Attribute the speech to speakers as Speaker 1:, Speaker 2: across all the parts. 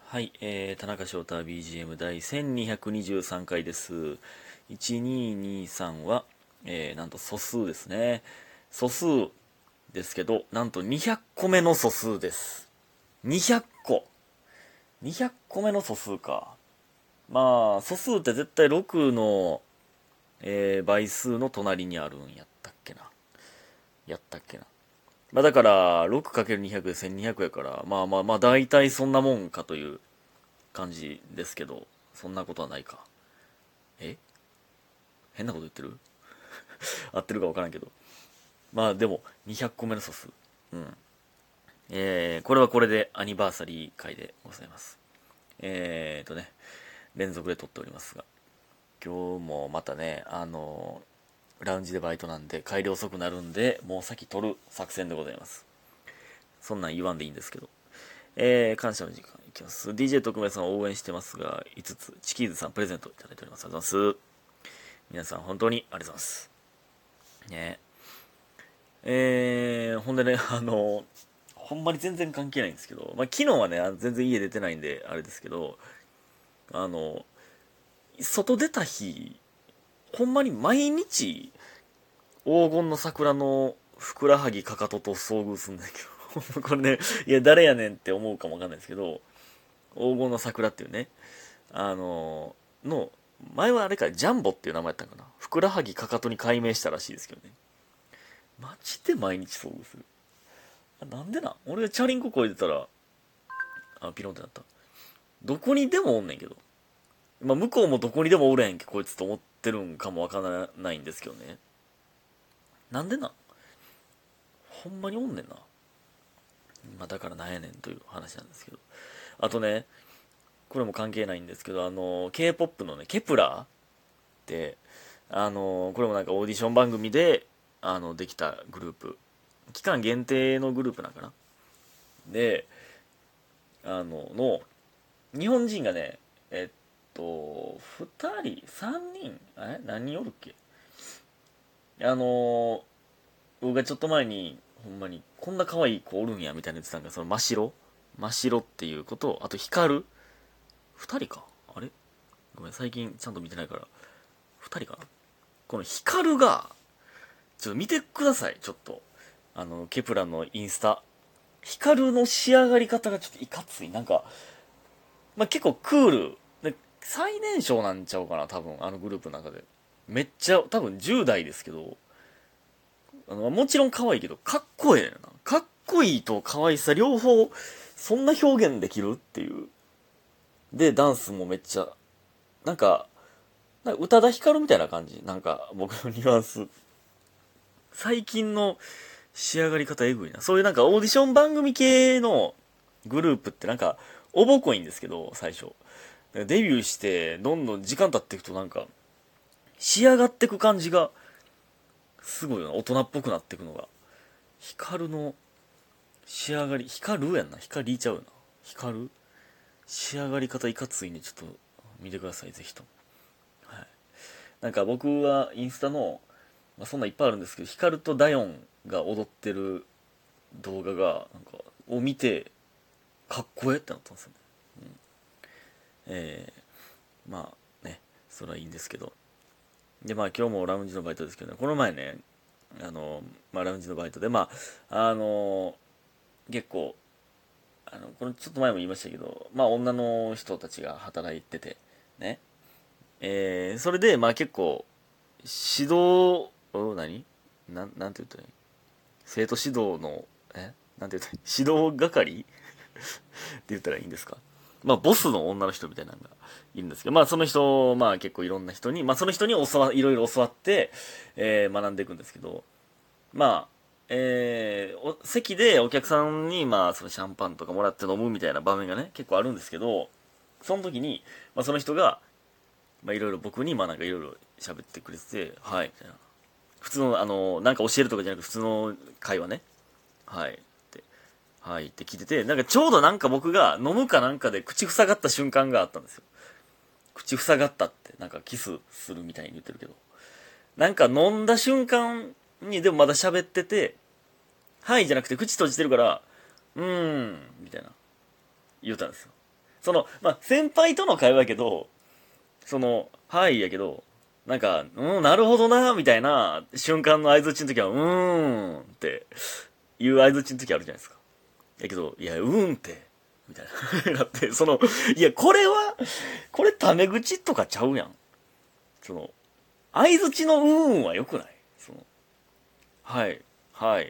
Speaker 1: はい、田中翔太 BGM 第1223回です。1223は、なんと素数ですね。素数ですけど、なんと200個目の素数です。200個。200個目の素数か。まあ、素数って絶対6の、倍数の隣にあるんやったっけな。やったっけな。まあだから、6×200 で1200やから、まあまあまあ、大体そんなもんかという感じですけど、そんなことはないか。え変なこと言ってる合ってるか分からんけど。まあでも、200個目の素数。うん。これはこれでアニバーサリー回でございます。連続で撮っておりますが。今日もまたね、ラウンジでバイトなんで、帰り遅くなるんで、もう先撮る作戦でございます。そんなん言わんでいいんですけど。感謝の時間いきます。DJ 特命さんを応援してますが、5つ、チキーズさんプレゼントいただいております。ありがとうございます。皆さん本当にありがとうございます。ねほんでね、ほんまに全然関係ないんですけど、まあ、昨日はね、全然家出てないんで、あれですけど、あの、外出た日、ほんまに毎日、黄金の桜のふくらはぎかかとと遭遇するんだけど、これね、いや、誰やねんって思うかもわかんないですけど、黄金の桜っていうね、の、前はあれか、ジャンボっていう名前やったんかな。ふくらはぎかかとに改名したらしいですけどね。マジで毎日遭遇する。なんでなん俺がチャリンコこいでたら、ピロンってなった。どこにでもおんねんけど。まあ、向こうもどこにでもおるやんけ、こいつと思ってるんかもわからないんですけどね。なんでなんほんまにおんねんな。まあ、だからなんやねんという話なんですけど。あとね、これも関係ないんですけど、K-POP のね、ケプラーって、これもなんかオーディション番組で、できたグループ。期間限定のグループなんかな。で、日本人がね、2人、3人、何人おるっけ僕がちょっと前に、ほんまに、こんな可愛い子おるんや、みたいな言ってたんが、その、真白っていうこと、あと、光る二人かあれごめん、最近ちゃんと見てないから、二人かなこの光が、ちょっと見てください、ちょっと。ケプラのインスタ。光の仕上がり方がちょっといかつい。なんか、まあ、結構クール。で最年少なんちゃうかな、多分、あのグループの中で。めっちゃ、多分10代ですけど、もちろん可愛いけど、かっこええな。かっこいいと可愛さ両方、そんな表現できるっていう。で、ダンスもめっちゃ、なんか、宇多田ヒカルみたいな感じ。なんか、僕のニュアンス。最近の仕上がり方えぐいな。そういうなんかオーディション番組系のグループってなんか、おぼこいんですけど、最初。デビューして、どんどん時間経っていくとなんか、仕上がっていく感じが、すごいよな。大人っぽくなっていくのが。ヒカルの仕上がり、光るやんな。光ちゃうよな。光る仕上がり方いかついんで、ちょっと見てください、ぜひとも。はい。なんか僕はインスタの、まあ、そんなんいっぱいあるんですけど、ヒカルとダヨンが踊ってる動画が、なんか、を見て、かっこええってなったんですよね。まあね、それはいいんですけど。で、まあ今日もラウンジのバイトですけどね、この前ね、ラウンジのバイトで、結構、これちょっと前も言いましたけど、まあ女の人たちが働いてて、ね。それで、まあ結構、指導、なんて言ったらいい生徒指導の、なんて言ったらいい指導係って言ったらいいんですかまあ、ボスの女の人みたいなのがいるんですけど、まあ、その人、まあ、結構いろんな人に、まあ、その人にいろいろ教わって、学んでいくんですけど、まあ、席でお客さんに、まあ、そのシャンパンとかもらって飲むみたいな場面がね、結構あるんですけど、その時に、まあ、その人が、まあ、いろいろ僕に、まあ、なんかいろいろ喋ってくれてて、はい、みたいな。普通の、なんか教えるとかじゃなく普通の会話ね。はい。はいって聞いてて、なんかちょうどなんか僕が飲むかなんかで口塞がった瞬間があったんですよ。口塞がったって、なんかキスするみたいに言ってるけど。なんか飲んだ瞬間にでもまだ喋ってて、はいじゃなくて口閉じてるから、みたいな言うたんですよ。 先輩との会話やけど、はいやけど、なんか、なるほどな、みたいな瞬間の相槌の時は、っていう相槌の時あるじゃないですか。やけど、いや、って、みたいな。だって、いや、これタメ口とかちゃうやん。相槌のは良くない？はい、はい、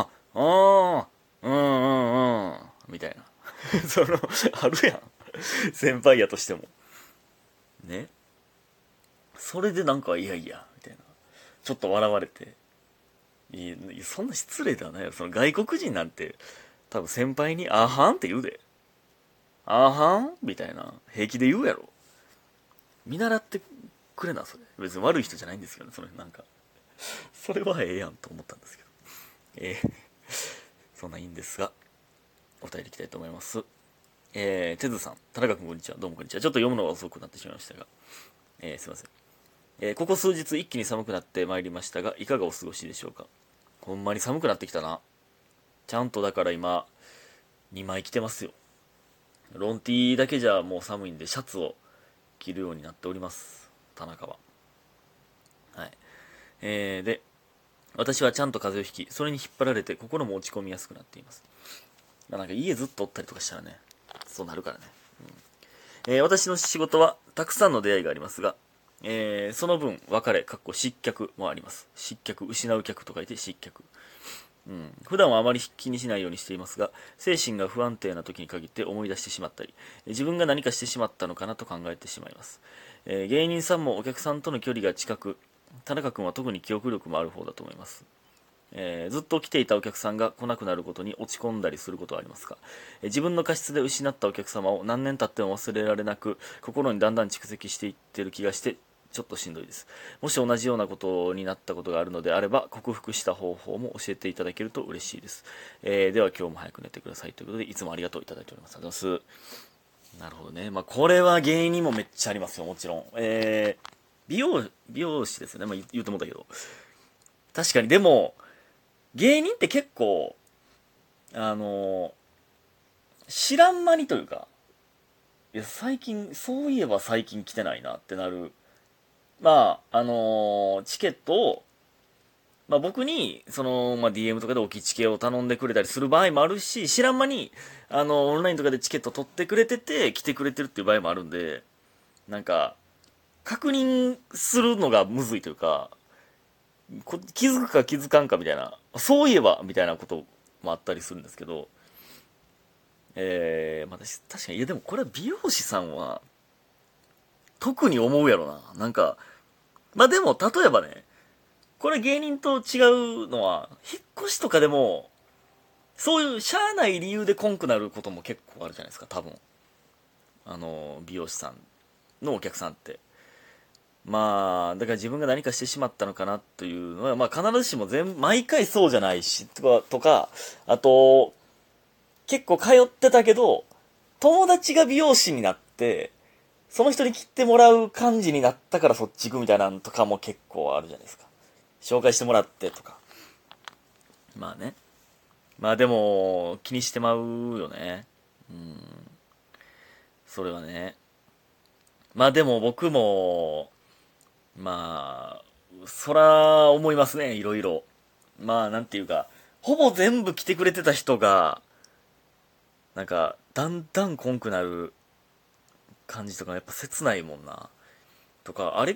Speaker 1: みたいな。あるやん。先輩やとしても。ね。それでなんか、いやいや、みたいな。ちょっと笑われて。そんな失礼ではないよ。外国人なんて、多分先輩に、あはんって言うで。あはんみたいな。平気で言うやろ。見習ってくれな、それ。別に悪い人じゃないんですけどね、なんか。それはええやんと思ったんですけど。そんないいんですが、お便りいきたいと思います。てずさん、田中君こんにちは。どうもこんにちは。ちょっと読むのが遅くなってしまいましたが、すいません。ここ数日一気に寒くなってまいりましたが、いかがお過ごしでしょうか。ほんまに寒くなってきたな。ちゃんとだから今、2枚着てますよ。ロンティーだけじゃもう寒いんで、シャツを着るようになっております。田中は。はい。で、私はちゃんと風邪をひき、それに引っ張られて心も落ち込みやすくなっています。なんか家ずっとおったりとかしたらね、そうなるからね。私の仕事はたくさんの出会いがありますが、その分別れ、失脚もあります。失脚、失う客と書いて失脚。普段はあまり気にしないようにしていますが、精神が不安定な時に限って思い出してしまったり、自分が何かしてしまったのかなと考えてしまいます。芸人さんもお客さんとの距離が近く、田中君は特に記憶力もある方だと思います。ずっと来ていたお客さんが来なくなることに落ち込んだりすることはありますか？自分の過失で失ったお客様を何年経っても忘れられなく、心にだんだん蓄積していっている気がして、ちょっとしんどいです。もし同じようなことになったことがあるのであれば、克服した方法も教えていただけると嬉しいです。では今日も早く寝てくださいということで、いつもありがとういただいております。ありがとうございます。なるほどね。これは芸人もめっちゃありますよ、もちろん。美容師ですよね。言うと思ったけど。確かに、でも、芸人って結構、知らん間にというか、いや、そういえば最近来てないなってなる。チケットを、僕に、DM とかで置きチケを頼んでくれたりする場合もあるし、知らん間に、オンラインとかでチケット取ってくれてて、来てくれてるっていう場合もあるんで、なんか、確認するのがむずいというか、気づくか気づかんかみたいな、そういえば、みたいなこともあったりするんですけど、確かに、いやでもこれは美容師さんは、特に思うやろな。なんか、でも、例えばね、これ芸人と違うのは、引っ越しとかでも、そういうしゃあない理由でコンクなることも結構あるじゃないですか、多分。美容師さんのお客さんって。だから自分が何かしてしまったのかなというのは、必ずしも毎回そうじゃないし、とか、あと、結構通ってたけど、友達が美容師になって、その人に切ってもらう感じになったからそっち行くみたいなのとかも結構あるじゃないですか。紹介してもらってとか。まあね。でも、気にしてまうよね。それはね。でも僕も、そら思いますね、いろいろ。なんていうか、ほぼ全部来てくれてた人が、なんか、だんだんこんくなる感じとかやっぱ切ないもんな。とか、あれって、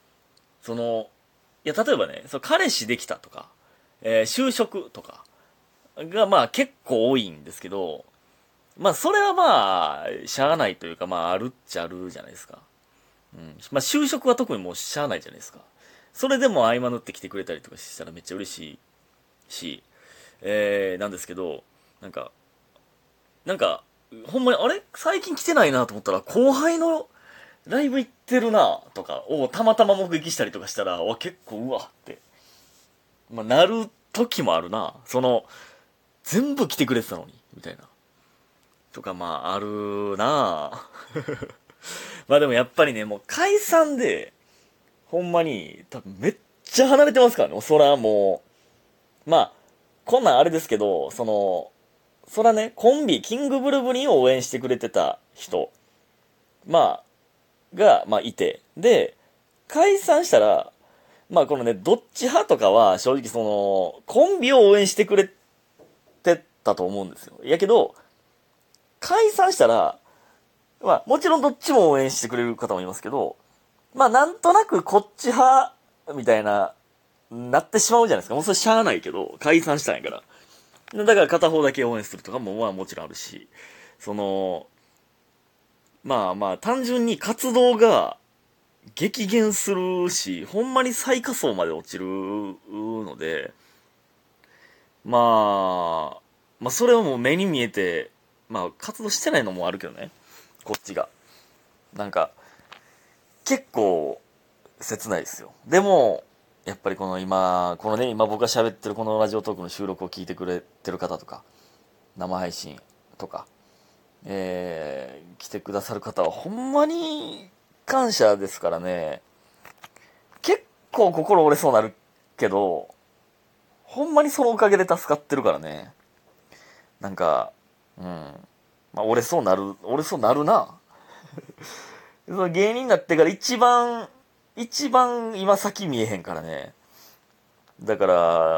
Speaker 1: いや、例えばね、彼氏できたとか、就職とかが結構多いんですけど、それはしゃあないというか、あるっちゃあるじゃないですか。就職は特にもうしゃあないじゃないですか。それでも合間縫って来てくれたりとかしたらめっちゃ嬉しいし、なんですけど、なんか、ほんまに、あれ最近来てないなと思ったら、後輩のライブ行ってるなとかをたまたま目撃したりとかしたら、結構うわって、なる時もあるな。全部来てくれてたのに、みたいな。とか、あるなでもやっぱりね、もう解散で、ほんまに、多分めっちゃ離れてますからね。そらもう、こんなんあれですけど、 そらね、コンビ、キングブルブリンを応援してくれてた人、が、いて、で、解散したら、このね、どっち派とかは、正直コンビを応援してくれてたと思うんですよ。やけど、解散したら、もちろんどっちも応援してくれる方もいますけど、なんとなくこっち派、みたいな、なってしまうじゃないですか。もうそれしゃあないけど、解散したんやから。だから片方だけ応援するとかも、もちろんあるし、単純に活動が激減するし、ほんまに最下層まで落ちるので、それはもう目に見えて、活動してないのもあるけどね。こっちが。なんか、結構、切ないですよ。でも、やっぱり今僕が喋ってるこのラジオトークの収録を聞いてくれてる方とか、生配信とか、来てくださる方はほんまに感謝ですからね。結構心折れそうなるけど、ほんまにそのおかげで助かってるからね。なんか、うん。折れそうなるな。その芸人になってから一番今先見えへんからね。だから、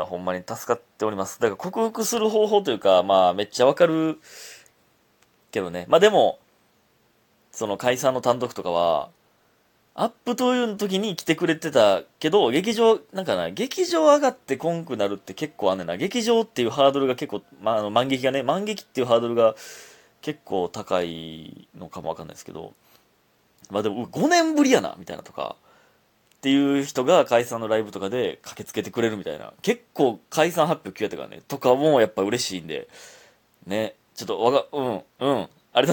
Speaker 1: ほんまに助かっております。だから克服する方法というか、めっちゃわかるけどね。でも、その解散の単独とかは、アップという時に来てくれてたけど、劇場上がってこんくなるって結構あんねんな。劇場っていうハードルが結構、満劇っていうハードルが結構高いのかもわかんないですけど、でも5年ぶりやな、みたいなとか、っていう人が解散のライブとかで駆けつけてくれるみたいな。結構解散発表聞いたからね、とかもやっぱ嬉しいんで、ね、ちょっと